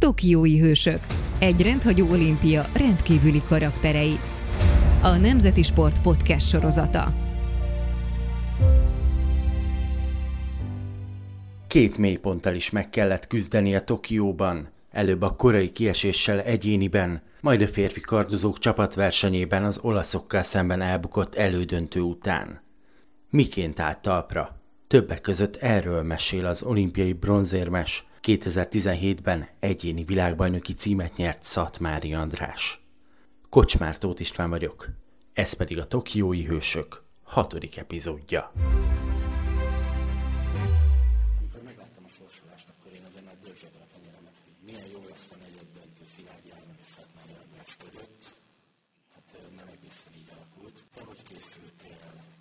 Tokiói hősök. Egy rendhagyó olimpia rendkívüli karakterei. A Nemzeti Sport podcast sorozata. 2 mélyponttal is meg kellett küzdenie Tokióban. Előbb a korai kieséssel egyéniben, majd a férfi kardozók csapatversenyében az olaszokkal szemben elbukott elődöntő után. Miként állt talpra? Többek között erről mesél az olimpiai bronzérmes, 2017-ben egyéni világbajnoki címet nyert Szatmári András. Kocsmár Tóth István vagyok, ez pedig a Tokiói hősök 6. epizódja. Amikor megláttam a sorsolást, akkor én azért már dörzsödre a tenyeremet, hogy milyen jó lesz a negyed döntő Szilágyi Árman és Szatmári András között. Hát nem egészen így alakult. Te hogy készültél?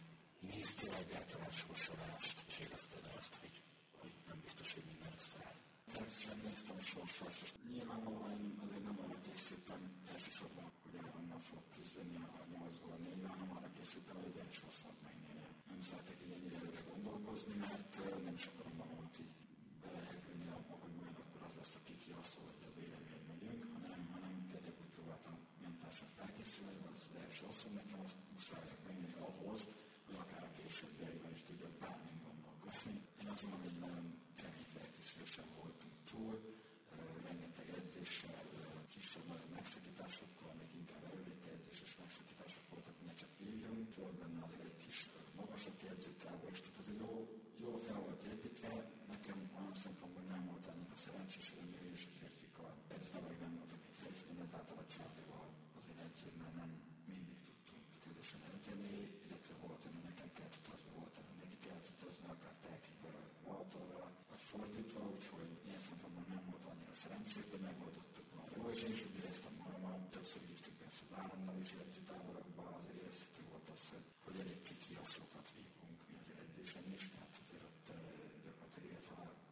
Néztél egyáltalán sorsolást, és érezted azt, hogy nem biztos, hogy minden összeáll? Természetesen néztem a sorsolást, és nyilvánvalóan azért nem arra készültem elsősorban, hogy onnan fog küzdeni a 8-ból 4-re, hanem arra készültem, hogy az első oszlop megnyerje. Nem szeretek így ennyire előre gondolkozni, mert nem is akarom magamat így belehegülni abba, hogy majd akkor az lesz a kikiasztó, hogy az élemért megyünk, hanem tényleg úgy próbáltam mentálisan felkészülni, hogy az első oszlop nekem azt muszáj megnyerni ahhoz, hogy akár a későbbiekben is tudjak bármint gondolkozni. Én azt mondom, hogy nagyon kemény felkészülésen voltunk túl, rengeteg edzéssel, kisebb-nagyobb megszakításokkal, még inkább erőléti edzéses megszakítások voltak, hogy ne csak végjünk. Volt benne azért egy kis magasabb edzőtábor, és tehát azért jól fel volt építve. Nekem olyan szempontból nem volt annyira szerencsés, hogy a női és a férfikkal edzőleg nem voltak egy helyszínen, ezáltal a Csárlival azért edzőmmel nem mindig tudtunk közösen edzeni, illetve volt, hogy nekem kellett utazni, volt, hogy neki kellett utazni, akár Telkiből Balatonra, vagy fordítva, úgyhogy ilyen szempontból nem volt annyira szerencsés, de megoldottuk már jól, és én is úgy éreztem magamat, többször hívtuk persze az államnál is edzőtáborokba, azért érezhető volt az, hogy elég kikiasztókat vívunk mi az edzésen is, tehát azért ott gyakorlatilag egy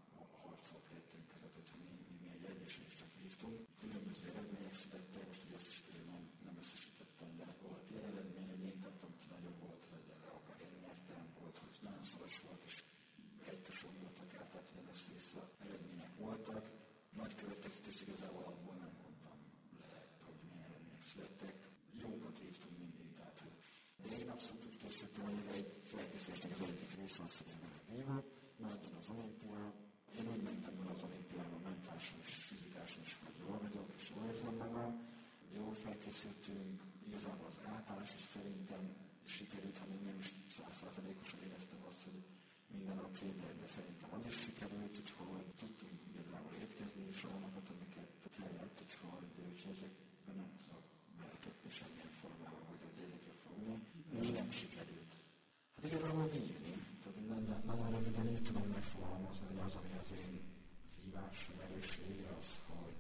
harcot értünk között, hogyha mi egy edzésen is csak vívtunk. Különböző eredmények születtek, most ugye azt is nem összesítettem, de volt ilyen eredmény, hogy én kaptam ki nagyobb volt, hogy akár én nyertem, volt, hogy nagyon szoros volt, és egytőség volt akár, tehát ilyen össze-vissza eredmények voltak. Nagy következtetés igazából abból nem mondtam le, hogy milyen eredmények születtek. Jókat hívtunk mindig, tehát de én abszolút úgy készültem, hogy ez egy felkészülésnek az egyik része az, hogy ember névő, majd jön az olimpia. Én úgy mentem el az olimpiában mentálisan és fizikálisan is, hogy jól vagyok és jól érzem magam. Jól felkészültünk, igazából az átállás is szerintem sikerült, hanem nem is 100%-osan éreztem azt, hogy minden oké, de szerintem az is sikerült, úgyhogy tudtunk igazából étkezni is olyanokat, amiket kellett, úgyhogy ezekben nem tudok belekötni semmilyen formában, hogy ezekre fogni. Mi nem sikerült? Hát igazából vívni. Tehát nagyon röviden így tudom megfogalmazni, hogy az, ami az én hívásom, erőssége az, hogy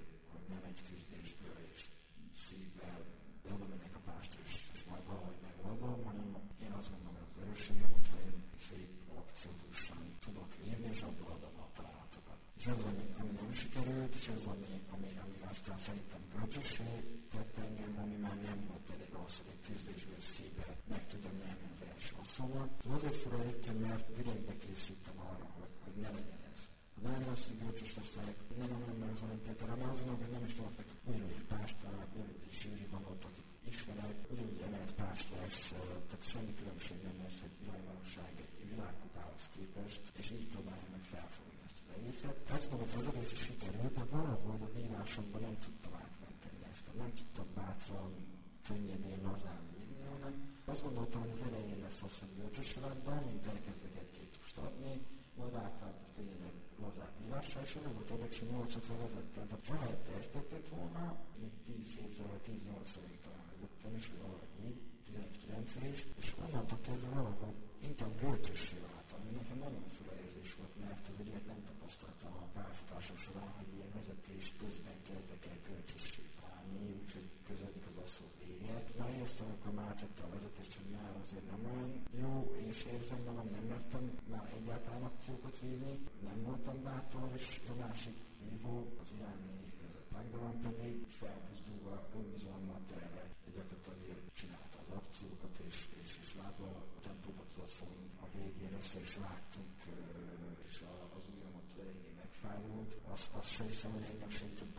nem egy küzdésből és szívvel oda megyek a pástra, és majd valahogy megoldom, hanem én azt mondom, hogy az erősségem, hogyha én szép opciódusan tudok írni, és abból adom a találatokat. És az, ami nem sikerült, és az, ami aztán szerintem bölcsössé tett engem, ami már nem volt elég ahhoz, hogy egy küzdésből szívvel meg tudjam nyerni az első oszlopot. Azért fura egyébként, mert direkt bekészültem arra, hogy ne legyen ez. Ha nem lesz, hogy bölcsös leszek, nem meg az olimpiát, hanem azon, hogy nem is tudok meg ugyanúgy egy párstál, ugyanúgy egy zsűri van ott, akik ismerek, ugyanúgy emelt párt lesz, tehát semmi különbség nem lesz egy világvalóság, egy világkupához képest, és így próbálom meg felfogni ezt az egészet. Azt mondom, hogy az egész is sikerült, de valahogy a vívásomban nem tudtam átmenteni ezt, nem tudtam bátran, könnyedén, lazán írni, hanem azt gondoltam, hogy az elején lesz az, hogy bölcsös feladban, mint elkezdek egy-két tust adni, majd átváltott könnyedén lazább írásra, és nem volt érdekes, hogy 8-ra vezettem. Tehát ha helyette ezt tették volna, még 10 héttel vagy 18-ig talán vezettem, és valahogy így, 11-9-re is, és onnantól kezdve valahogy inkább bölcsössé váltam, ami nekem nagyon fura érzés volt, mert azért ilyet nem tapasztaltam a pályafutásom során, hogy ilyen vezetés közben kezdek el bölcsössé válni, úgyhogy közödik az asszó véget. Már éreztem, akkor már tette a vezetést, hogy már azért nem olyan jó, én is érzem magam, nem mertem már egyáltalán akciókat vívni, nem voltam bátor, és a másik vívó, az iráni Magdalan pedig felbuzdulva önbizalmat erre gyakorlatilag csinálta az akciókat, és lábbal a tempóba tudott fogni a végén, össze is vágtunk, és az ujjamat eléggé megfájult. Azt sem hiszem, hogy engem segített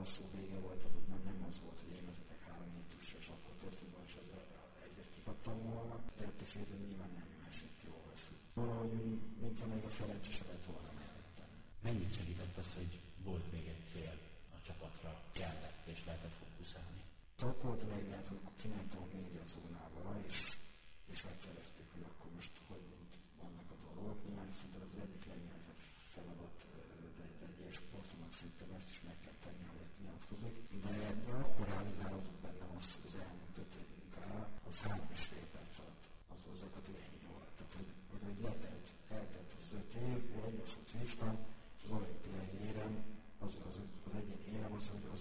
hosszú vége volt, tehát nem az volt, hogy én vezetek 3-4 tussal, és akkor történt és ezért kikaptam volna, de ettől féltől nyilván nem esett jól veszik. Valahogy, mintha még a szerencsésebb lett volna mellettem. Mennyit segített az, hogy volt még egy cél a csapatra, kellett és lehetett fókuszálni? Tehát volt a legnehezebb, amikor kimentem a médiazónába, és megkérdezték, hogy akkor most hogy vannak a dolgok. Nyilván szerintem az egyik legnehezebb feladat, de egy ilyen sportomnak szerintem ezt is meg kell tenni, hogy ezt nyilatkozik. De akkor realizálódott bennem azt, hogy az elmúlt 5 év munkája, az 3,5 perc alatt azokat élni volt. Tehát, hogy eltelt az 5 év, egy az, hogy hívtam, és az olimpiai érem, az egyén érem,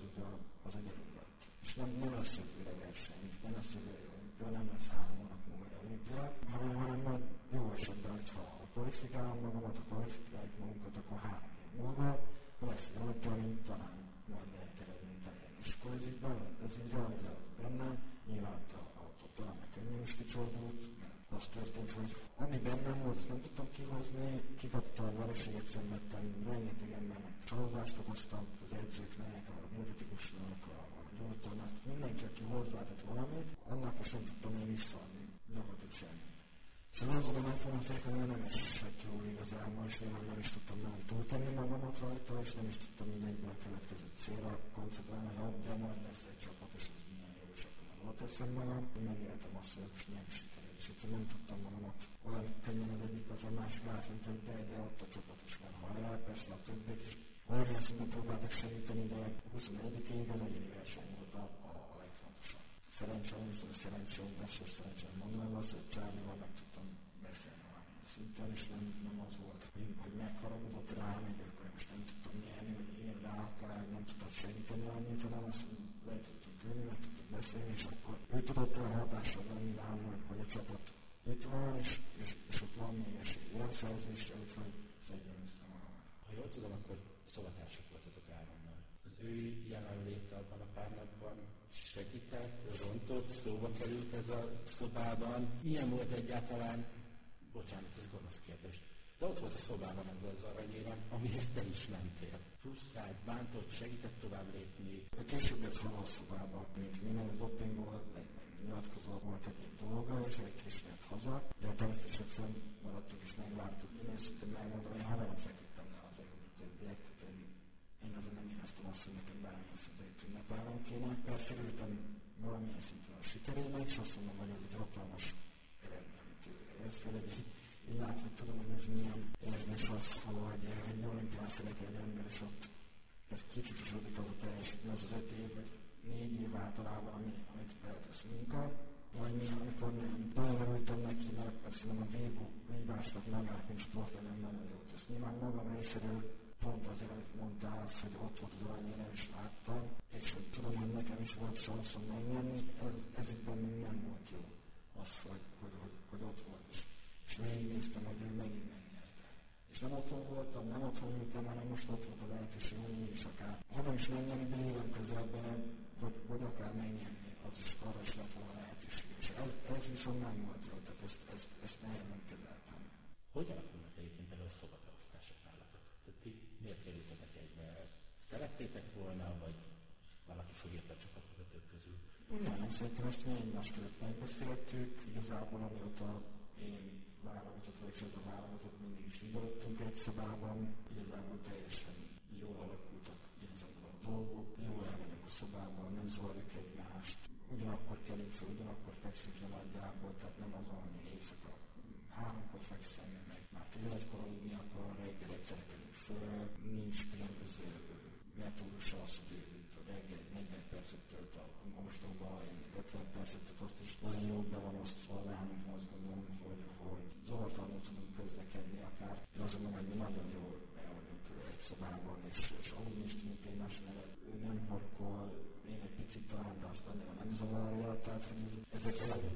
az egy elugat. És nem lesz jövőre verseny, nem lesz jövőre olimpia, nem lesz 3 hónap múlva olimpia, hanem majd jó esetben, hogyha kvalifikálom magamat, a kvalifikáljuk magunkat, akkor 3 év múlva lesz egy olimpia, amit talán majd lehet eredményt elérni. És akkor ez így realizálódott bennem, nyilván talán a könnyű is kicsordult, mert az történt, hogy ami bennem volt, azt nem tudtam kihozni, kikapta a vereséget szenvedtem, rengeteg embernek csalódást okoztam, az edzőknek, a dietetikusnak, a gyógytornásznak, mindenki, aki hozzátett valamit, annak most nem tudtam én visszaadni, gyakorlatilag semmit. És az azon a fontosak, hogy nem esett jól igazából, és én nem is tudtam nem túltenni magamat rajta, és nem is tudtam így egyből a következő célra koncentrálni, hogy de majd lesz egy csapat, és ez milyen jó, és akkor már teszem magam. Én megéltem azt, hogy ez most nem sikerült, és egyszerűen nem tudtam magamat olyan könnyen az egyik vagy a másik átvenni, hogy de ott a csapat is van hajrá, persze a többek is. Valamilyen szinten próbáltak segíteni, de 21-ig az egyéni verseny volt a legfontosabb. Szerencsém, beszél szerencsém mondanom az, hogy Csárlival meg tudtam beszélni valamilyen szinten, és nem az volt, hogy megharagudott rám, hogy akkor most nem tudtam nyerni, vagy én rá akár, nem tudtam segíteni annyit, hanem azt le tudtunk ülni, meg tudtunk beszélni, és akkor ő tudott olyan hatással lenni rám, hogy a csapat itt van, és ott van még esély éremszerzésre, úgyhogy szegyenlőztem magamat. Ha jól tudom, akkor szobatársak voltatok Áronnal. Az ő jelenléte abban a pár napban segített, rontott, szóba került ez a szobában. Milyen volt egyáltalán, bocsánat, ez gonosz kérdés, de ott volt a szobában ez az aranyérem, amiért te is mentél. Frusztrált, bántott, segített tovább lépni. Később jött haza a szobában, mint minden doping volt, meg nyilatkozó volt egy dolga, és egy később jött haza, de természetesen fönn maradtunk és megvártuk. Én őszintén megmondom, én haverom feküdtem le az előtt többiek, tehát én azért nem éreztem azt, hogy nekem bármilyen szinten itt ünnepelnem kéne. Persze örültem valamilyen szinten a sikerének, és azt mondom, hogy ez egy hatalmas eredmény, amit ő érez fel. Én látva tudom, hogy ez milyen érzés az, hogy egy olimpián szerepel egy ember, és ott ez kicsisodik az a teljesítmény, az az 5 év, vagy 4 év általában, amit beletesz munka. Vagy mi, amikor nagyon örültem neki, mert persze nem a vívásnak magának, mint sportolóan nagyon jót tesz. Nyilván magam részéről pont azért, amit mondtál, az, hogy ott volt az aranyérem, is láttam, és hogy tudom, hogy nekem is volt sanszom megnyerni, ezekben még nem volt jó az, hogy ott volt. És végignéztem, hogy ő megint megnyerte. És nem otthon voltam, nem otthon ültem, hanem most ott volt a lehetőség, hogy én is akár. Ha is megnyerni, de élem közelben, vagy akár megnyerni, az is arra is lett volna lehetőség. És ez viszont nem volt jó, tehát ezt nehezen kezeltem. Hogy alakulnak egyébként például a szobateosztások nálatok? Tehát ti miért kerültetek egybe? Szerettétek volna, vagy valaki fogírta a csapatvezetők közül? Nem, szerintem ezt mi egymás között megbeszéltük. Igazából amióta én válogatott vagyok, és ez a válogatott mindig is indulottunk egy szobában. Igazából teljesen jól alakultak ezekben a dolgok. Jól el vagyunk a szobában, nem zavarjuk egymást. Ugyanakkor kelünk fel, ugyanakkor fekszünk le nagyjából, tehát nem az, hogy éjszaka 3-kor fekszem, meg már 11-kor aludni akar, reggel egyszerre kelünk föl. Nincs különböző metódusa az, hogy a reggel 40 percet tölt a mostóba, 50 percet, tehát azt is nagyon jól be van osztva nálunk, azt gondolom, hogy zavartalanul tudunk közlekedni akár. Én azt mondom, hogy mi nagyon jól el vagyunk egy szobában, és aludni is tudunk egymás mellett. Ő nem horkol, én egy picit talán, de azt annyira nem zavarja, tehát hogy ezek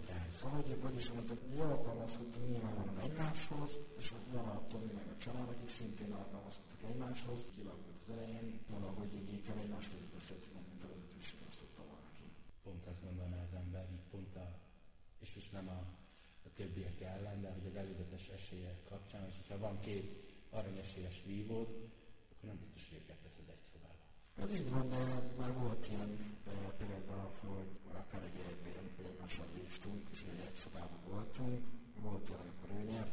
vagyis mondtuk, jól alkalmazkodtunk nyilvánvalóan egymáshoz, és van a Tomi meg a család, akik szintén alkalmazkodtak egymáshoz, kilakult az elején, valahogy így inkább egymás között beszéltünk, mint a vezetőség azt tudta valaki. Pont azt gondolná az ember, így pont és most nem a többiek ellen, de hogy az előzetes esélyek kapcsán, és ha van 2 aranyesélyes vívód, akkor nem biztos, hogy őket teszed egy szobába. Ez így van, de már volt ilyen példa, hogy akár egy évben egymással vívtunk, és egy szobában voltunk. Volt olyan, amikor ő nyert,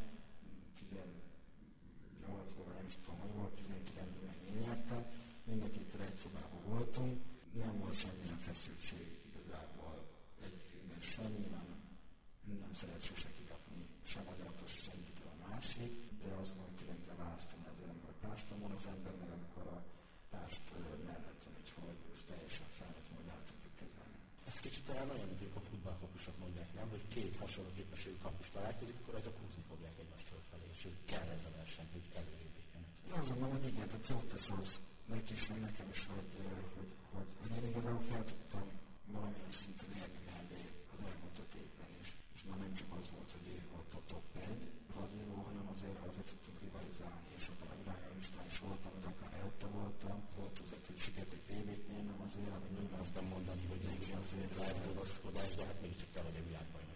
18-ban nem is tudom, hogy volt, 19-ben meg én nyertem. Mindenképpen egy szobában voltunk. Nem volt semmilyen feszültség igazából egyikünkben sem, nyilván nem szeret sose kikapni sem magyartól, se senkitől a másik, de azt mondom, külön kell választani azért, amikor páston van az ember, mert amikor a pást mellett van, úgyhogy ezt teljesen felnőtt módon el tudjuk kezelni. Ez kicsit talán olyan, mint a futballkapusok mondják, nem? Hogy két hasonló képességű kapus találkozik, akkor azok húzni fogják egymást fölfelé, és hogy kell ez a verseny, hogy előrépjenek. Én azt gondolom, hogy igen, tehát jót tesz az neki is, meg nekem is, hogy én igazából fel tudtam valamilyen szinten érni mellé az elmúlt 5 évben is. És már nem csak az volt, hogy ő volt a top 1 vadnyúló, hanem azért tudtunk rivalizálni, és akkor a világranglistán is voltam, hogy akár előtte voltam, volt azért, hogy sikerült egy PB-t nyernem azért, ami nyilván Akartam mondani, hogy ez is azért lehet ragaszkodás, de hát mégiscsak te vagy a világbajnok.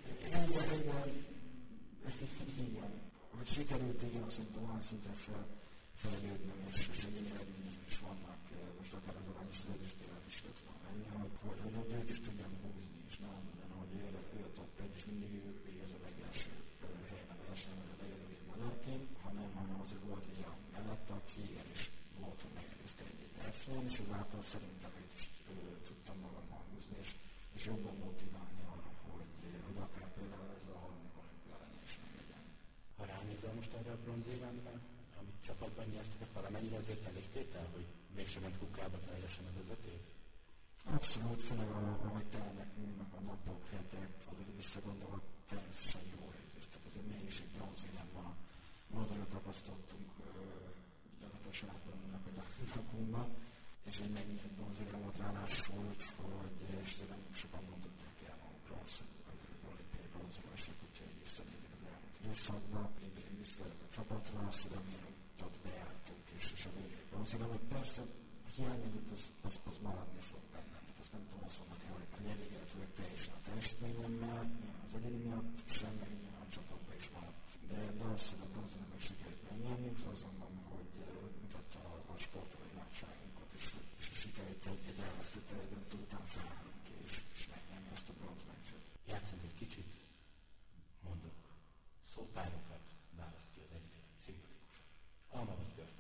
Igen. Hogy sikerült, igen, azt mondtam, olyan szinten fejlődnöm, és egyéni eredményeim is vannak, most akár az aranyos ezüstélet is lett volna menni, hogy őt is tudjam húzni, és ne az legyen, hogy ő a top 1, és mindig ő végez a legelső helyen a versenyen, az a legelőbb magyarként, hanem azért volt egy olyan mellette, aki igenis volt, hogy megelőzte egy versenyen, és ezáltal szerintem őt is tudtam magammal húzni, és jobban motiválni arra, hogy akár például ez a harmadik olimpia arany is nem legyen. Ha ránézel most erre a bronzéremre, amit csapatban nyertetek, valamennyire azért elégtétel, hogy mégsem ment kukába teljesen az 5 év? Abszolút, főleg ahogy telnek múlnak a napok, hetek, azért visszagondolva természetesen jó érzés. Tehát azért mégis egy bronzérem van. Mozdulra tapasztaltunk gyakorlatilag saját magunknak a nyakunkban, és egy megnyert bronzérem volt ráadásul, és azért nem sokan mondották el magukra azt, hogy olimpiai bronzéremesek, úgyhogy visszanézek az elmúlt időszakba. Én büszke vagyok a csapatra, azt tudom, hogy bejártunk, és a végén bronzérem, hogy persze hiányodott, az maradni fog bennem. Tehát azt nem tudom azt mondani, hogy elégedett vagyok teljesen a teljesítményemmel, az egyéni miatt sem, meg nyilván a csapatban is maradt. De azt, hogy a bronzérem meg sikerült megnyernünk, azt gondolom, hogy mutatta a sportolói nagyságunkat, és sikerült egy elvesztett eredményt után felállnunk, és megnyerni ezt a bronzmeccset. Játszunk egy kicsit, mondok szópárokat, választ ki az egyiket, szimpatikusabb. Alma vagy körte?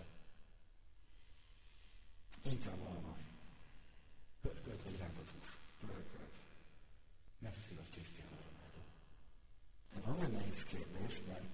Inkább alma. Pörkölt vagy rántott hús? Pörkölt. Messi vagy Cristiano Ronaldo? Ez nagyon nehéz kérdés, mert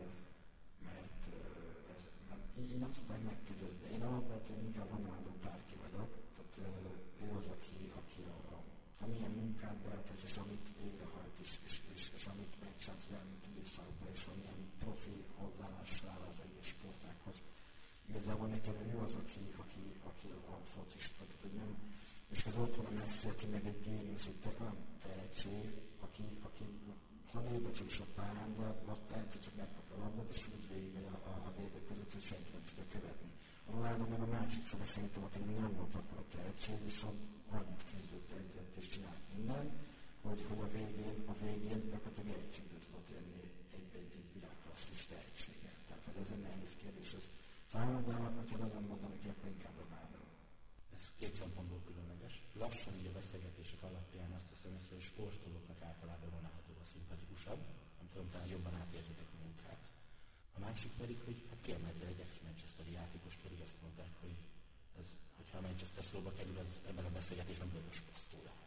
így nem szokták megkérdezni, de én alapvetően inkább Ronaldo párti vagyok, tehát ő az, aki amilyen munkát beletesz, és amit végrehajt, és amit megcsinált az elmúlt időszakban, és amilyen profi hozzáállással áll az egész sportákhoz. Igazából nekem ő az, aki a focista, tehát hogy nem, és az ott van a Messi, aki meg egy géniusz, egy olyan tehetség, aki ha népecés a pályán, de azt egyszer csak megkapja a labdát, és úgy végigmegy a védők között, hogy senki nem tudja követni. A Ronaldo meg a másik fele szerintem, aki nem volt akkor a tehetség, viszont annyit küzdött, edzett és csinált mindent, hogy a végén gyakorlatilag egy szintre tudott jönni egy világklasszis tehetséggel. Tehát, hogy ez egy nehéz kérdés. Számomra, de ha nagyon mondani kell, akkor inkább Ronaldo. Ez két szempontból különleges. Lassan így a beszélgetések alapján azt veszem észre, hogy sportolóknak általában Ronaldo a szimpatikusabb. Nem tudom, talán jobban átérzitek a munkát. A másik pedig, hogy hát kiemeltél egy ex-Manchesteri játékos, pedig azt mondták, hogy ez, hogyha a Manchester szóba kerül, ez ebben a beszélgetésben vörös posztó lehet.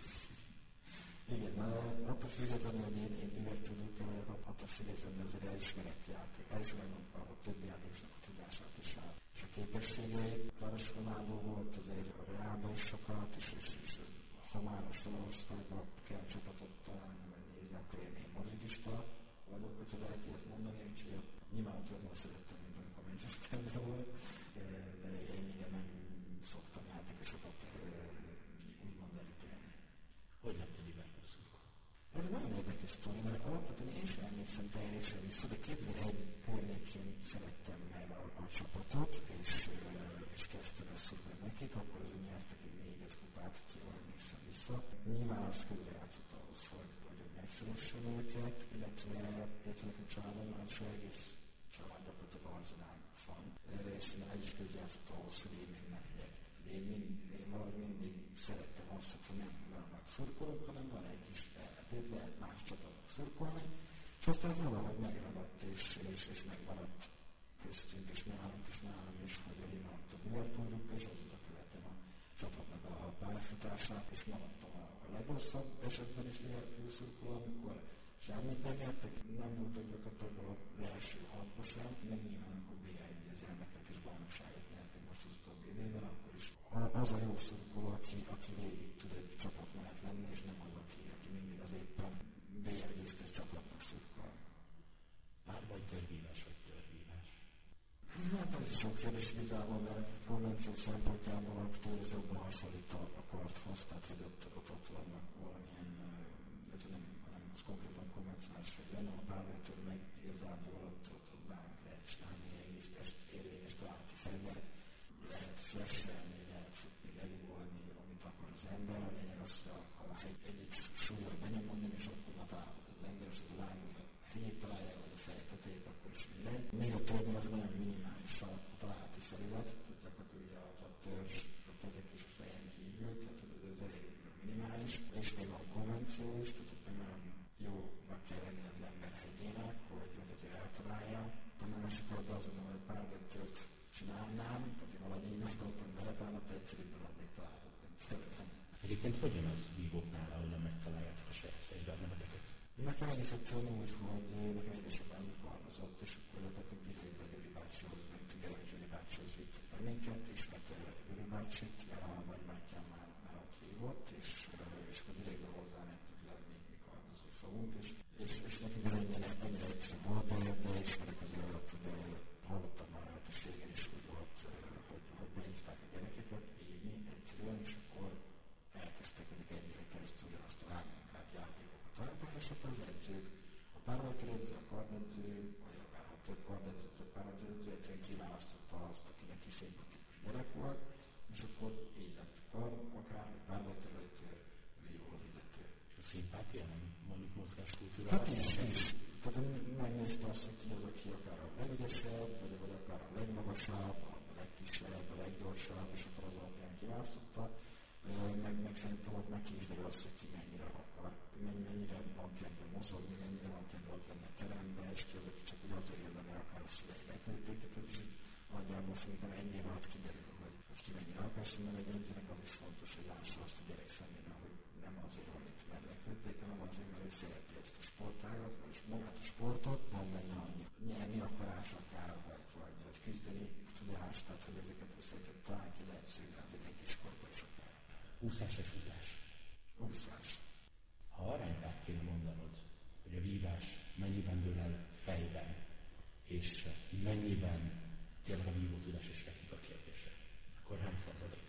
Igen, attól függetlenül, hogy én Liverpool-út vagyok, attól függetlenül azért elismerett játék. Elismerem a többi játékosnak a tudását és a képességeit. Ráadásul Ronaldo volt azért a Reálban is sokat, és ha már a Spanyolországban kell csapatot találni, vagy nézni, akkor én madridista vagyok, hogyha lehet ilyet mondani, úgyhogy nyilván jobban szerettem, mint amikor Manchesterben volt, de én igen nem szoktam játékosokat úgymond elítélni. Hogy lett a Liverpool szurkoló? Ez nagyon érdekes sztori, mert alapvetően én sem emlékszem teljesen vissza, de 2001 környékén szerettem meg a csapatot, és kezdtem ezt szurkolni nekik, akkor azért nyertek egy 4-5 kupát, úgyhogy jól emlékszem vissza. Nyilván az közrejátszott ahhoz, hogy megszeressem őket, illetve nekünk családomban is egész család gyakorlatilag Arsenal fan, és szerintem ez is közrejátszott ahhoz, hogy én még nem legyek. én valahogy mindig szerettem azt, hogy nem annak szurkolok, hanem van egy kis tehetét, lehet más csapatnak szurkolni, és aztán ez valahogy megragadt és megmaradt köztünk és nálam is, hogy én maradtam a Liverpooljuk, és azóta követtem a csapatnak a pályafutását, és maradtam a legrosszabb esetben is Liverpool szurkoló, amikor semmit nem értek, nem voltak gyakorlatilag az első hatba sem, meg nyilván akkor B1 győzelmeket és bajnokságot nyertek most az utóbbi időben, akkor is az a jó szurkoló, aki végig tud egy csapat mellett lenni, és nem az, aki mindig az éppen B1 győztes csapatnak szurkol. Párbaj törvívás vagy törvívás? Hát ez is sok kérdés igazából, mert konvenció szempontjából a túlz jobban hasonlít a karthoz, tehát hogy ott vannak valamilyen, hanem az konkrétan konvencionális, hogy lenne a párbajtől meg igazából ott bármit lehet csinálni, egész test érvényes találati felület, lehet flashelni, lehet futni, legugolni, amit akar az ember, a lényeg az, hogy a egyik súlyra benyomodni, és akkor már találhat az ember, és az lábul a helyét találja, vagy a fejtetét, akkor is mindegy. Még a törvény az nagyon minimális a találati felület, tehát gyakorlatilag a törzs, a kezek és a fejen kívül, tehát ez elég minimális, és még van konvenció is, tehát nem olyan jónak kell lenni az ember hegyének, hogy azért eltalálja. A másik oldal azon, hogy párbajtört csinálnám, tehát én valahogy így megtoltam bele, talán ott egyszerűbben adnék találatot, mint fölöttem. Egyébként hogyan az vívóknál, ahol megtaláljátok a saját fejbernemeteket? Nekem egész egyszerűen úgy, hogy nekem édesapám kardozott, és akkor gyakorlatilag Győri Győri bácsihoz, mint Gerek Győri bácsihoz vittek bennünket, ismerte Győri bácsit, mert a nagybátyám már ott vívott, és akkor direktben hozzá mentünk le, hogy mi kardozni fogunk, és nekünk ez ennyire egyszerű volt, de ismerek azért olyat, hogy hallottam már lehetőségen is úgy volt, hogy behívták a gyerekeket vívni egyszerűen, és akkor elkezdtek ezek egy éve keresztül ugyanazt a rámunkát, játékokat tartani, és akkor az edzők, a párbajtőredző, a kardedző, vagy akár ha több kardedző, több párbajtőredző egyszerűen kiválasztotta azt, akinek is szimpatikus gyerek volt, és akkor így lett kard, akár párbajtőredző, vívó az illető. És a szimpátia nem mondjuk mozgáskultúra? Hát is. Tehát megnézte azt, hogy ki az, aki akár a legügyesebb, vagy akár a legmagasabb, a legkisebb, a leggyorsabb, és akkor az alapján kiválasztotta. Meg szerintem ott neki is derül az, hogy ki mennyire akar, mennyire van kedve mozogni, mennyire van kedve az lenni a terembe, és ki az, aki csak úgy azért érdemel, akár a szülei beküldték, tehát ez is így nagyjából szerintem egy év alatt kiderül, hogy ki mennyire akar, szerintem egy edzőnek az is fontos, hogy lássa azt a gyerek szemében, hogy nem azért van itt, mert leküldték, hanem azért, mert ő szereti ezt a sportágat, vagyis magát a sportot, van benne annyi nyerni akarás akár, vagy küzdeni tudás, tehát hogy ezeket összeeket talán ki lehet szűrni az egy kiskorban is akár. Úszás vagy futás? Úszás. Ha aránypárt kéne mondanod, hogy a vívás mennyiben dől el fejben, és mennyiben tényleg a vívó tudás és technika kérdése, akkor hány százalék?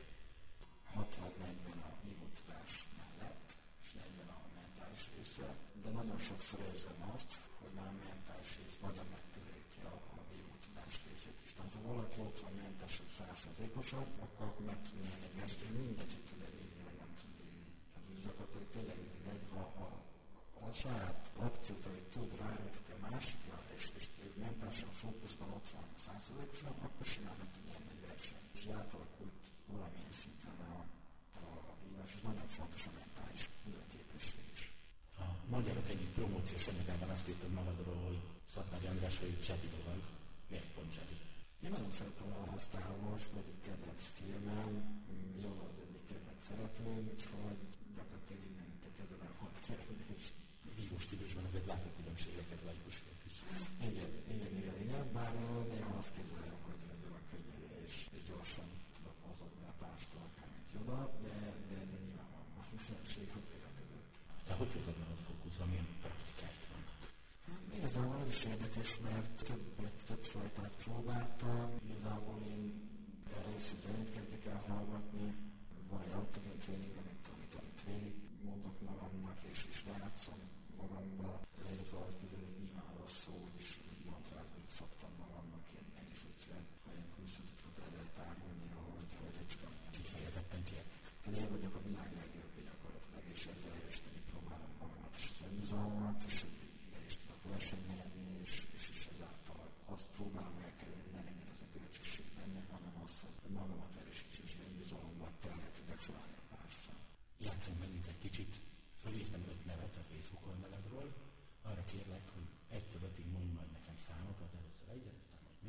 60-40 a vívó tudás mellett, és 40 a mentális része, de nagyon sokszor érzem azt, hogy már a mentális rész nagyon megközelíti a vívó tudás részét is. Tehát ha valaki ott van mentálisan 100%-osabb, akkor meg tud nyerni egy versenyt, mindegy, hogy tud elérni, vagy nem tud élni. Tehát úgy gyakorlatilag tényleg mindegy, ha a saját akciót, amit tud rávetni a másikra, és mentálisan fókuszban ott van 100%-osan, akkor simán meg tud nyerni egy versenyt. És átalakult valamilyen szinten a vívás, és nagyon fontos a mentális képesség is. A magyarok egyik promóciós anyagában azt írtad magadról, hogy Szatmári András, hogy zsebi dolog. Miért pont zsebi? Én nagyon szeretem a Star Wars, egyik kedvenc filmem, Yoda az egyik kedvenc szereplőm, úgyhogy gyakorlatilag innentől kezdve nem volt kérdés. Vívó stílusban azért látok különbségeket laikusként is. Igen, bár néha azt képzelem, hogy a könnyedén és gyorsan tudok mozogni a pástól, akár mint Yoda, de nyilván van különbség azért a között. De hogy hozod meg a fókuszba, milyen praktikáit vannak? Igazából az is érdekes, mert több fajtát próbáltam. Igazából én először zenét kezdek el hallgatni. Van egy autogén tréning, amit végig mondok magamnak, és lejátszom magamba. Ez valahogy közelít nyilván az a szó, és úgy mantrázni szoktam magamnak. Én egész egyszerűen olyan külszövetet el lehet árulni, hogy csak amilyen. Kifejezetten kérnek. Tehát én vagyok a világ legjobb gyakorlatilag, és ezzel erősíteni próbálom magamat és az önbizalmat, és is tudok versenyelni, és ezáltal azt próbálom elkerülni, ne legyen ez a bölcsesség bennem, hanem az, hogy magamat erősítsem és önbizalom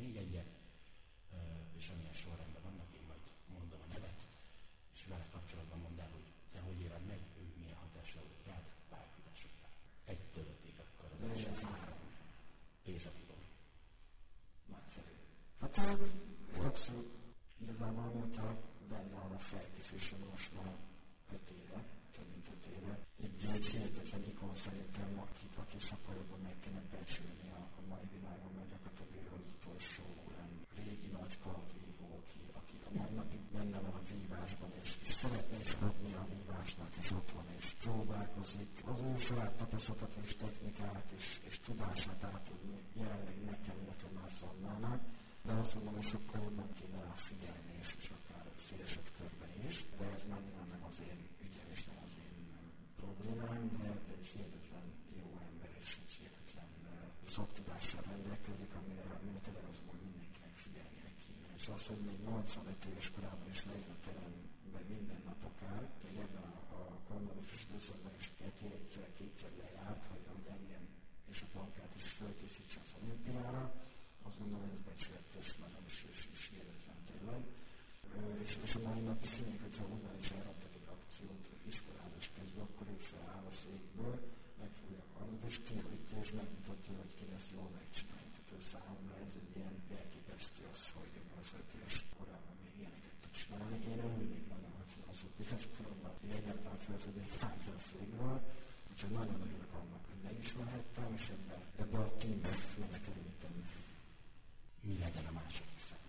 még egyet, és amilyen sorrendben vannak, én majd mondom a nevet, és vele kapcsolatban mondd el, hogy te hogy éled meg, ő milyen hatásra volt rád, pályafutásokra. Egy töltötték akkor az első számra. Pézsa Tibor. Nagyszerű. Hát abszolút igazából mióta benne van a felkészülésen most már 5 éve, több mint 5 éve. Egy hihetetlen ikon szerintem, aki sokkal jobban meg kéne becsülni a mai világon, mert gyakorlatilag az utolsó olyan régi nagy kardvívó, aki a mai napig benne van a vívásban, és szeretné is adni a vívásnak, és ott van, és próbálkozik. Az ő saját tapasztalatot és technikát és tudását átadni jelenleg nekem, illetve már Zannának, de azt mondom, hogy sokkal jobban kéne rá figyelni, és akár szélesebb körben is, de ez már nem az én ügyem és nem az én problémám, de egy hihetetlen jó ember és egy hihetetlen szaktudással rendelkezik, amire tényleg azt mondom, mindenkinek figyelnie kéne. És azt, hogy még 85 éves korában is lejön a teremben minden nap akár, még ebben a koronavírus időszakban is kétszer lejárt, hogy engem és a Pankát is fölkészítse az olimpiára, azt mondom, hogy ez becsületes, nagyon is hihetetlen tényleg. És a mai nap is tűnik, hogyha onnan is elraptak egy akciót iskolázás közben, akkor ő feláll a székből, megfogja a kardot, és kinyújtja, és megmutatja, hogy ki lesz jól megcsinálni. Tehát ez számomra ez egy ilyen elképesztő az, hogy 85 éves korában még ilyeneket tud csinálni. Én örülnék nagyon, hogy 85 éves koromban egyáltalán föl tudnék állni a székből, úgyhogy nagyon örülök annak, hogy megismerhettem, és ebbe a teambe belekerültem. Mi legyen a második szám?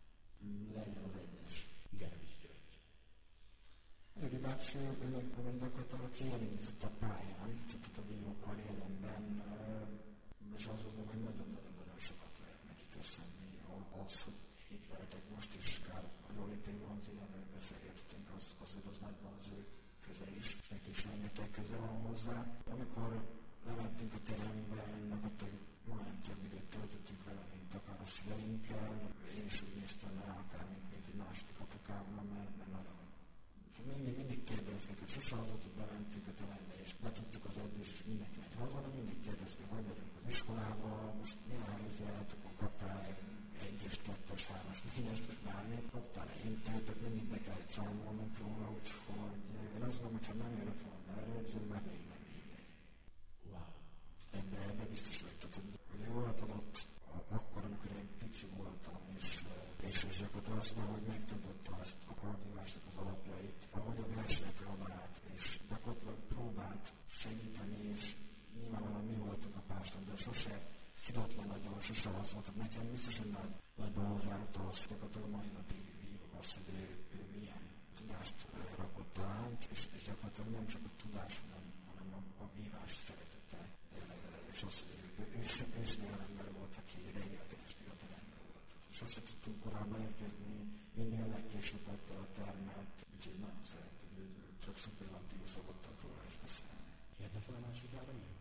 Legyen az egyes. Gervics György. György bácsi, gyakorlatilag aki elindított a pályán, tehát a vívó karrieremben, és azt gondolom, hogy nagyon-nagyon sokat lehet neki köszönni. Az, hogy itt lehetek most is, akár a olimpiai bronzéremről beszélgettünk, azért az nagyban az ő köze is, és neki is rengeteg köze van hozzá. Amikor lementünk a terembe, gyakorlatilag majdnem több időt töltöttünk vele, mint akár a szüleinkkel. Én is úgy néztem rá, akár mint egy második apukámmal, mert nagyon. Mindig kérdeznek, hogy sose az volt, hogy bementünk a terembe, és letudtuk az edzést, és mindenki megy haza, de mindig kérdeznek, hogy vagyunk az iskolában, most milyen helyzet, akkor kaptál 1-es, 2-es, 3-as, 4-es, vagy bármit, kaptál intőt, mindig be kellett számolnunk róla, úgyhogy én azt mondom, hogyha nem jött volna nevelőedző, már még nem hívják. Wow. Ebbe biztos vagytok, hogy jól adott akkor, amikor én pici voltam, és gyakorlatilag azt mondom, hogy megtadotta azt a kardívásnak az alapjait, ahogy a versenyekre odállt, és gyakorlatilag próbált segíteni, és nyilvánvalóan mi voltunk a párson, de sose szidatlan nagyon, sose az volt, hogy nekem biztosan nagyban hozzájött ahhoz, hogy gyakorlatilag mai napig vívok azt, hogy ő milyen tudást rakott ránk, és gyakorlatilag nem csak a tudás, hanem a vívás szeretete, és az, hogy ő is olyan ember volt, aki reggelt estig a teremben volt. Sose tudtunk korábban érkezni, mindig a legkésőbb hagyta a termet, úgyhogy nagyon szerettük, hogy csak szuperlatív szokottak róla is beszélni. Érdekel a másik áramja?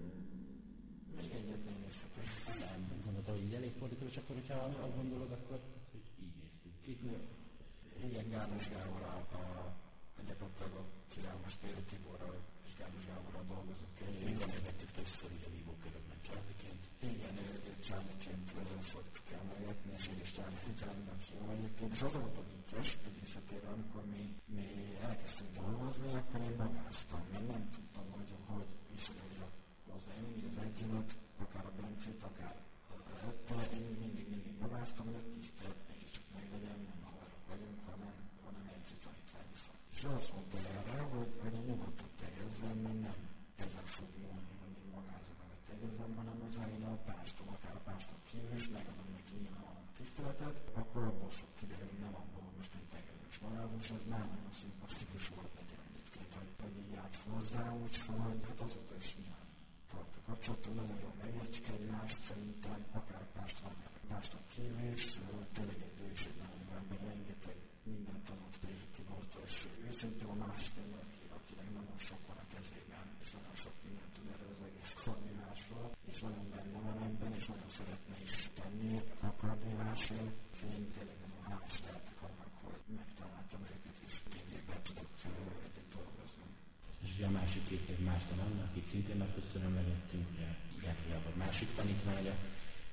Még egyet nem nézhető. Nem gondoltam, hogy így elég fordító, és akkor, hogyha gondolod, akkor hogy így néztünk ki. Igen, Gárdás Gábor gyakorlatilag a Királyos Péter Tiborral és Gárdás Gáborral dolgozunk. Még emlegettük többször, hogy a vívókörökben Csárliként. Igen, ő Csárliként szoktuk emlegetni, és én is Csárliként Csárlinak hívom egyébként. És az volt a vicces, hogy visszatérve, amikor mi elkezdtünk dolgozni, akkor én magáztam. Én nem tudtam, hogy viszonyuljak hozzá. Én mindig az edzőmet, akár a Bencét, akár én mindig magáztam, hogy a tisztelet mégiscsak meglegyen, nem havarok vagyunk, hanem edző tanítvány viszont. És azt mondta erre, hogy én nyugodtan tegezzem, mert nem ezzel fog múlni, hogy én magázom meg a tegezzem, hanem hogy én a párstól, akár a párstól kívül, és megadom neki nyilván a tiszteletet, akkor abból fog kiderülni, nem abból, hogy most én tegezem és magázom, és ez már nagyon szimpatikus volt nekem egyébként, hogy így állt hozzá, úgyhogy hát azóta is nyilván tart a kapcsolatot, nagyon jól megértjük egymást, szerintem akár a párstól kívül, és tényleg ő is egy nagyon jó ember, rengeteg mindent tanult Péter Tibortól, és őszintén a másik ember, akinek nagyon sok van a kezében, és nagyon sok mindent tud erről az egész kardívásról, és nagyon benne van ebben, és nagyon szeretne is tenni a kardívásért. Én tényleg nagyon hálás lehetek annak, hogy megtaláltam őket, és tényleg be tudok együtt dolgozni. És ugye a másik két év más tanulna, akit szintén már többször emlegettünk, ugye Gergely Gábor másik tanítványa,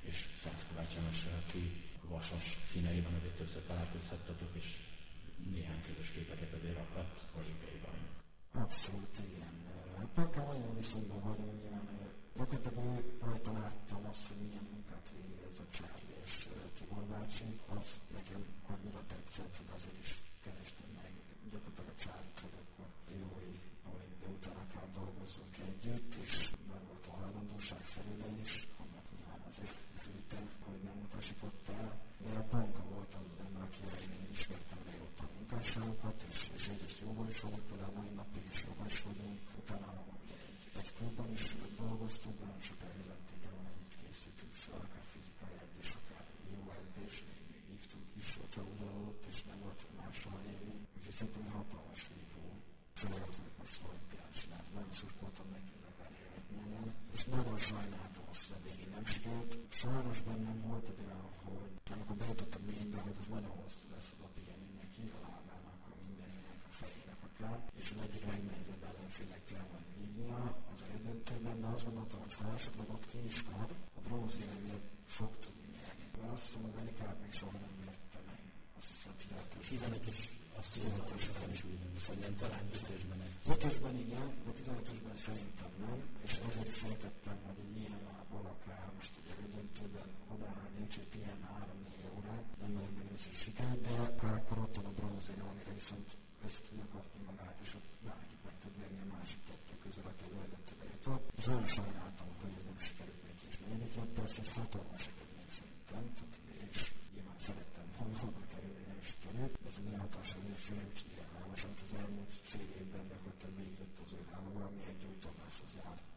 és Szász Kovács Jánossal, aki vasas színeiben azért többször találkozhattatok, és néhány közös képetek azért akadt olimpiai bajnok. Abszolút, igen. Hát Pankával nagyon viszonyban vagyunk, nyilván gyakorlatilag rajta láttam azt, hogy milyen munkát végez a Csárli és Tibor bácsi. Az nekem annyira tetszett, hogy azért is kerestem meg gyakorlatilag a Csárlit, hogy akkor jói olimpia után akár dolgozzunk együtt, és meg volt a hajlandóság felüle is, annak nyilván azért ültem, hogy nem utasított el. De a Panka volt az ember, akivel én ismertem régóta a munkásságokat, és egyrészt jóban is vagyok, például a mai napig is jóban is vagyunk. Utána egy klubban is dolgoztunk, nagyon sok elvezettéggel van együtt készítünk fel, akár fizikai edzés, akár jó edzés, még hívtunk is, hogyha udalott, és nem volt máshol élni. Úgyhogy szerintem hatalmas vívó, főleg az, hogy most olimpián csinált. Nagyon szurkoltam neki, meg elérhet minden. És nagyon sajnáltam azt, hogy végén nem sikerült. Sajnos bennem volt egy olyan, hogy amikor bejutott a ménybe, hogy az nagyon hosszú lesz az a pihenő neki, a lábának, a mindenének, a fejének akár, és az egyik legnehezebb ellenfélnek kell majd hívnia az eldöntőben, de azt gondoltam, hogy ha esetleg ott ki is kap, a bronzéremért fog tudni nyerni. Mert azt hiszem, az Elikát még soha nem vette meg. Azt hiszem, 15-ös. 15 és azt 15-ösben is úgy mondom, hogy nem talán 5-ösben egy. 5-ösben igen, de 15-ösben szerintem nem, és azért is fejtettem, hogy egy ilyen lábbal akár most egy eldöntőben odáll nincs, hogy pihen 3-4 órát, nem vagyok benne biztos sikerült, de akkor ott van a bronzérem, amire viszont össze tudja kapni magát, és ott bárkit meg tud venni a másik kettő közül, aki az eldöntőbe jutott. És nagyon sajnáltam, hogy ez nem sikerült neki, és negyedik lett, persze egy hatalmas eredmény szerintem, tehát én is nyilván szerettem volna oda kerülni, nem is sikerült, de ez a milyen hatalmas főleg úgy ilyen állás, amit az elmúlt fél évben gyakorlatilag végzett az ő állóval, mi egy gyógytornászhoz járunk.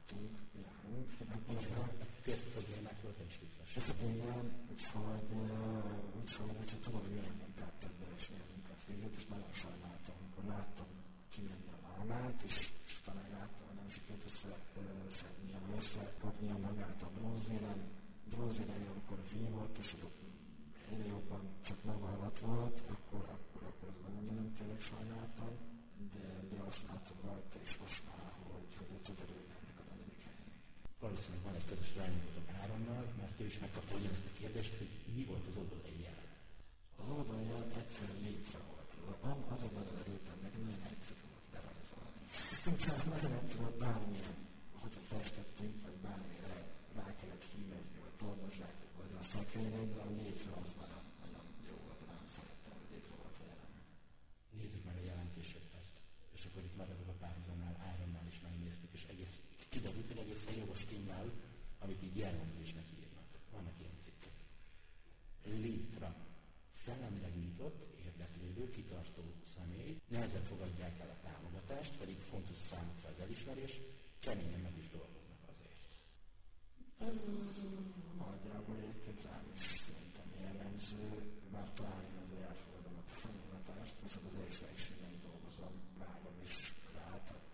Tért problémák volt, és biztos. Igen, úgyhogy tudom, hogy milyen munkát tett bele, és milyen munkát végzett, és nagyon sajnáltam, amikor láttam kimenni a lábát, és utána láttam, hogy nem sikerült összeszednie, vagy összekapnia magát a bronzérem, amikor vívott, és ott egyre jobban csak maga alatt volt, akkor az nem tényleg sajnáltam, de azt látom rajta, és most már, hogy tud örülni ennek a negyedik helyének. Valószínűleg van egy közös rajongótok Áronnal, mert ő is megkapta ugyanezt a kérdést, hogy mi volt az oldalai jelent. Az oldalai jelent egyszerűen létre volt. Azon nagyon örültem, neki nagyon egyszerű volt berajzolni. Nagyon egyszerű volt bármilyen, hogyha festettünk, vagy bármire rá kellett hímezni, vagy tornozsákok, vagy a szekrényre, de a létre az nagyon jó volt, nagyon szerettem, hogy létre volt a jelen. Nézzük meg a jelentéseket, és akkor itt maradok a párhuzamnál, Áronnál is megnéztük, és kiderült, hogy egészen jogos timmel, amit így jellemzésnek írnak. Vannak ilyen cikkek. Létra. Szellemileg nyitott, érdeklődő, kitartó személy, nehezen fogadják el a támogatást, pedig fontos számukra az elismerés, keményen meg is dolgoznak azért. Ez nagyjából egyébként rám is szerintem jellemző, bár talán én azért elfogadom a támogatást, viszont az elismerésében dolgozom, vágom is rá, tehát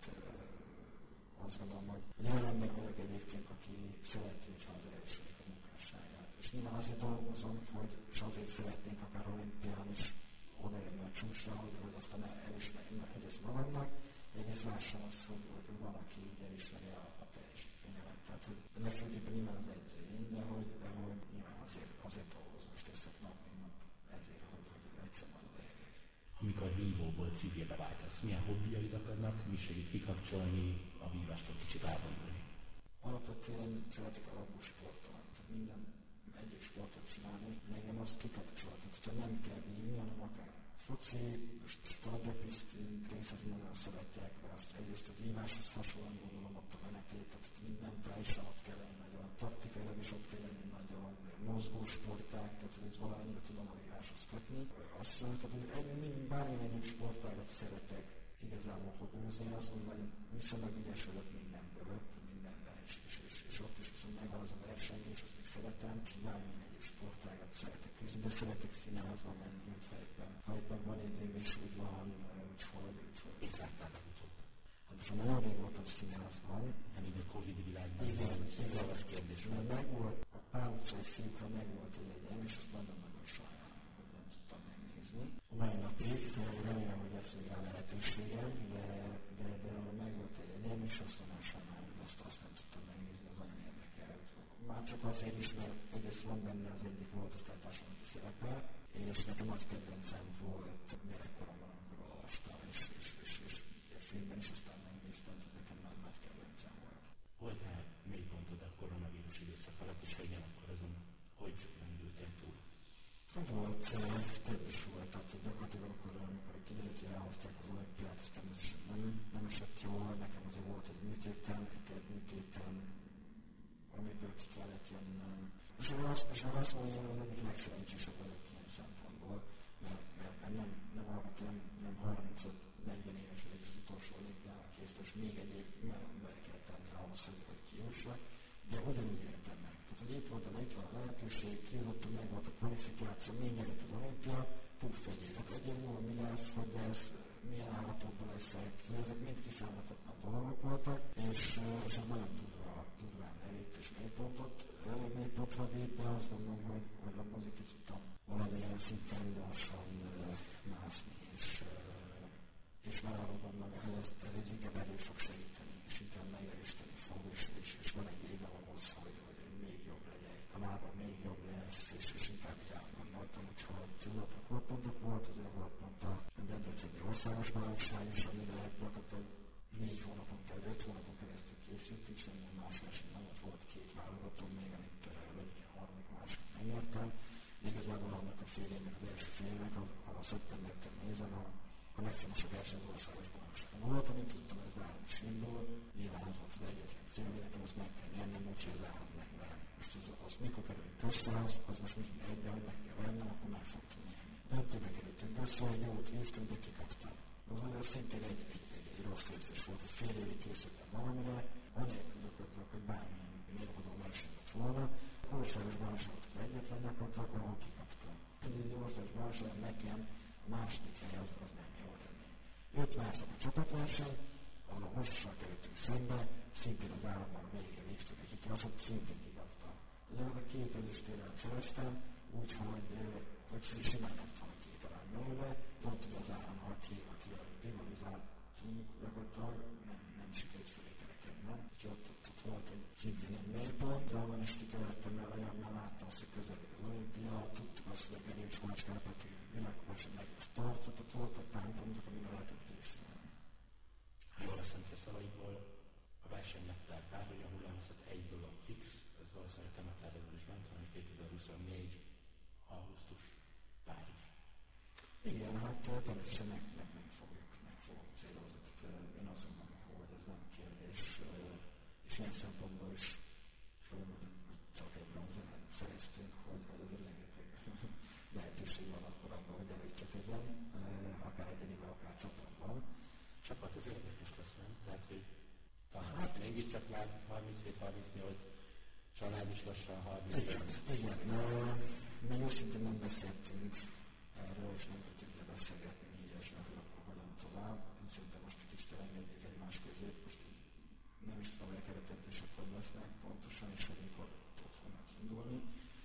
azt gondolom, hogy olyan ember vagyok egyébként, aki szereti, hogyha az elismerik a munkásságát. És nyilván azért dolgozom, és azért szeretnénk akár olimpián is odaérni a csúcsra, hogy aztán elismerjük egyrészt magamnak, egyrészt lássam azt, hogy van, aki elismeri a teljesítményemet. Tehát, hogy legfőképpen nyilván az edzőim, de hogy nyilván azért dolgozom, és teszek nap, mint nap ezért, hogy egyszer majd odaérjük. Amikor vívóból civilbe váltasz, milyen hobbiaid akadnak, mi segít kikapcsolni a vívástól kicsit elvonulni? Alapvetően szeretek alapú sportolni, tehát minden egyik sportot csinálni, engem azt kikapcsolt, hogyha nem kell vívni, hanem akár foci, startrepisztünk, részlezni nagyon szeretják, mert azt egyrészt a víváshoz hasonlóan gondolom ott a menetét, tehát minden teljesen ott kell lenni nagyon, praktikailag is ott kell lenni nagyon, mozgósporták, tehát ez valamelyre tudom a víváshoz kötni. Azt mondom, hogy bármilyen egyéb sportágat szeretek igazából hobbizni, azt mondom, hogy viszonylag ügyes vagyok mindenből, mindenben is, és ott is viszont megvan az a versengés, azt még szeretem, és bármilyen egyéb sportágat szeretek küzdeni, de szeretek színházban menni, ha éppen van időm és úgy van, úgyhogy... Mit láttál legutóbb? Hát most nagyon régóta színházban. Amíg a Covid világban. Igen, az kérdés. Mert megvolt, a Pál utcai fiúkra megvolt egy egyem, és azt nagyon-nagyon sajnálom, hogy nem tudtam megnézni. A mai napig, remélem, hogy lesz még rá lehetőségem, de megvolt egy egyem, és azt nagyon sajnálom, hogy azt nem tudtam megnézni, az nagyon érdekelt. Már csak azért is, mert egyrészt van benne az egyik voltoztatáson, aki szerepel, és nekem nagy kedvencem volt gyerekkoromban, amikor olvastam, és a filmben is aztán megnéztem, hogy nekem nagy kedvencem volt. Volt-e mélypontod a koronavírus időszak alatt, és ha igen, akkor azon hogy lendültél túl? Volt, több is volt, tehát gyakorlatilag akkor, amikor kiderült, hogy elhozták az olimpiát, ez természetesen nem esett jól, nekem azért volt egy műtétem, amiből ki kellett jönnöm. És azt mondom, hogy az egyik legszerencsésebb vagyok ilyen szempontból, mert nem 35-40 éves vagyok az utolsó olimpiának készült, és még egy év bele kell tenni ahhoz, hogy kijussak, de ugyanúgy éltem meg. Tehát, hogy itt van a lehetőség, kijutottam, meg volt a kvalifikáció, még nyerett az olimpia, puff egy év. Hát egy év múlva mi lesz, hogy ez milyen állapotban leszek, ezek mind kiszámíthatatlan dolgok voltak, és ez nagyon durván elít és mélypontra vitt, de azt gondolom, hogy a mozik ki tudtam valamilyen szinten gyorsan mászni, és már arról gondolom, hogy ez inkább elég fog segíteni, és inkább megerősíteni fog, és van egy éve ahhoz, hogy még jobb legyek, a lábam még jobb lesz, és inkább így elgondoltam, úgyhogy voltak volt, azért volt pont a Debreceni országos bajnokság is, amire gyakorlatilag 4 hónapon keresztül, 5 hónapon keresztül készültünk, és ennél más verseny nem volt 2 válogató, még amit egyik harmadik másik megnyertem. Igazából annak a félének, az első félének, a szeptembertől nézem, a legfontosabb verseny az országos bajnokság volt, amit tudtam, hogy az állam is indul, nyilván az volt az egyetlen cél, hogy nekem azt meg kell nyernem, úgyhogy az állam megverni. Most az mikor kerülünk össze, az most mindegy, de hogy meg kell vernem, akkor meg fog tudni nyerni. Döntőbe kerültünk össze, hogy jót hívtunk, de kikaptam. Az szintén egy rossz érzés volt, hogy fél évig készültem valamire, anélkül gyakorlatilag, hogy bármilyen mérvadó verseny lett volna. Országos bajnokság volt az egyetlen gyakorlatilag, ahol kikaptam. Egy országos bajnokság nekem a második hely az nem jó eredmény. 5 másnap a csapatverseny, ahol Mosossal kerültünk szembe, szintén az államban a végén végtük egy kikapott, szintén kikaptam. Gyakorlatilag 2 ezüstérrel szereztem, úgyhogy simán adtam a 2 arany belőle, pont ugye az állammal, akivel rivalizáltunk, gyakorlatilag nem sikerült fölé kerekednem. Úgyhogy ott volt egy szintén egy mélypont, de abban is kikevertem, mert már láttam azt, hogy közeleg az olimpia, tudtuk azt, hogy a Gerő és Kovács Kárpáti világkovása meg lesz tartott, ott voltak támpontok, amire lehetett készülni. Ha jól veszem ki a szavaikból, a versenynek tehát bár, hogy a hullámzat egy dolog fix, ez valószínűleg temetárról is ment, hanem 2024. augusztus Párizs. Igen, hát természetesen meg fogunk célozni. Én azt mondom, hogy ez nem kérdés, és ilyen szempontból is csak egy bronzérmet szereztünk, hogy azért rengeteg lehetőség van akkor abban, hogy előttek ezen, akár egyeniben, akár csapatban. Csapat az érdekes lesz, nem? Tehát, hogy talán mégiscsak már 37-38, család is lassan 35. Igen, még őszintén nem beszéltünk erről, és nem tudjuk lebeszélgetni négyesben, hogy akkor hogyan tovább. Én szerintem most egy kicsit elengedjük egymás közét, most nem is tudom, hogy a keretedzések hogy lesznek pontosan, és hogy mikor fognak indulni,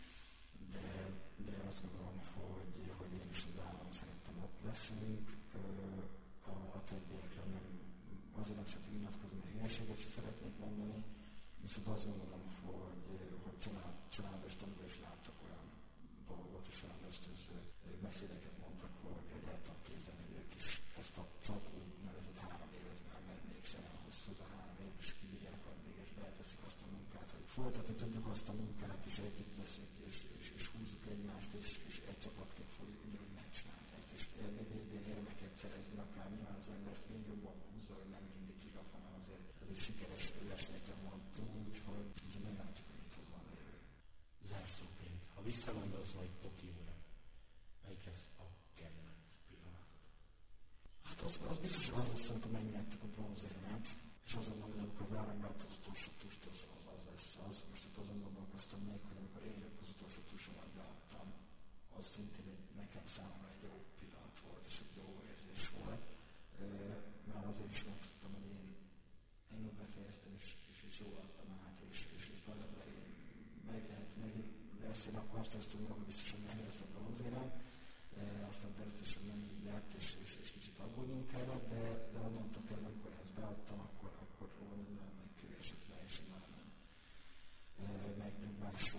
de azt gondolom, hogy én is az állam szerintem ott leszünk. A többiekre azért nem szeretnék nyilatkozni, mert hülyeséget sem szeretnék mondani, viszont azt gondolom, hogy családban és tanulban is láttak olyan dolgot, és olyan ösztönző beszédeket mondtak, hogy el tudom képzelni, hogy ők is ezt a csak úgy nevezett 3 évet már mernék sem hosszú, az a 3 év is kibírják addig, és beleteszik azt a munkát, hogy folytatni tudjuk azt a munkát, és együtt leszünk, és húzzuk egymást, és egy csapatként fogjuk ugyanúgy megcsinálni ezt, és végén érmeket szerezni, akár nyilván az embert még jobban húzza, hogy nem mindig kikap, hanem azért sikeres versenyeken van túl, úgyhogy meglátjuk, hogy mit hoz van a jövő. Zárszóként, ha visszagondolsz majd Tokióra, melyik lesz a kedvenc pillanatod? Hát az biztos, hogy az lesz, amikor megnyertük a bronzérmet, és azon mondom, amikor az áramlát az utolsó tust, az lesz az. Most itt azon gondolkoztam még, hogy amikor én az utolsó tusomat beadtam, az szintén nekem számomra egy jó pillanat volt, és egy jó érzés volt, mert azért is megtudtam, hogy én ott befejeztem, és jól adtam át, és valami meg lesz, én akkor azt hiszem, hogy biztos, hogy meg lesz a bronzérem, aztán természetesen nem így lett, és kicsit aggódjunk kellett, de onnantól kezdve, amikor ezt beadtam, akkor nagyon megkülésült le, és nagyon megnyugvás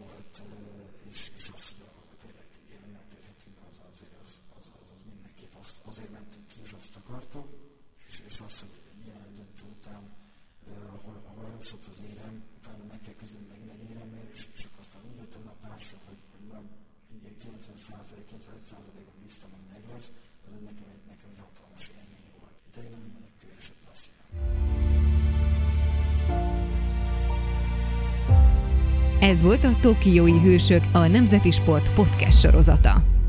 Ez volt a Tokiói Hősök, a Nemzeti Sport podcast sorozata.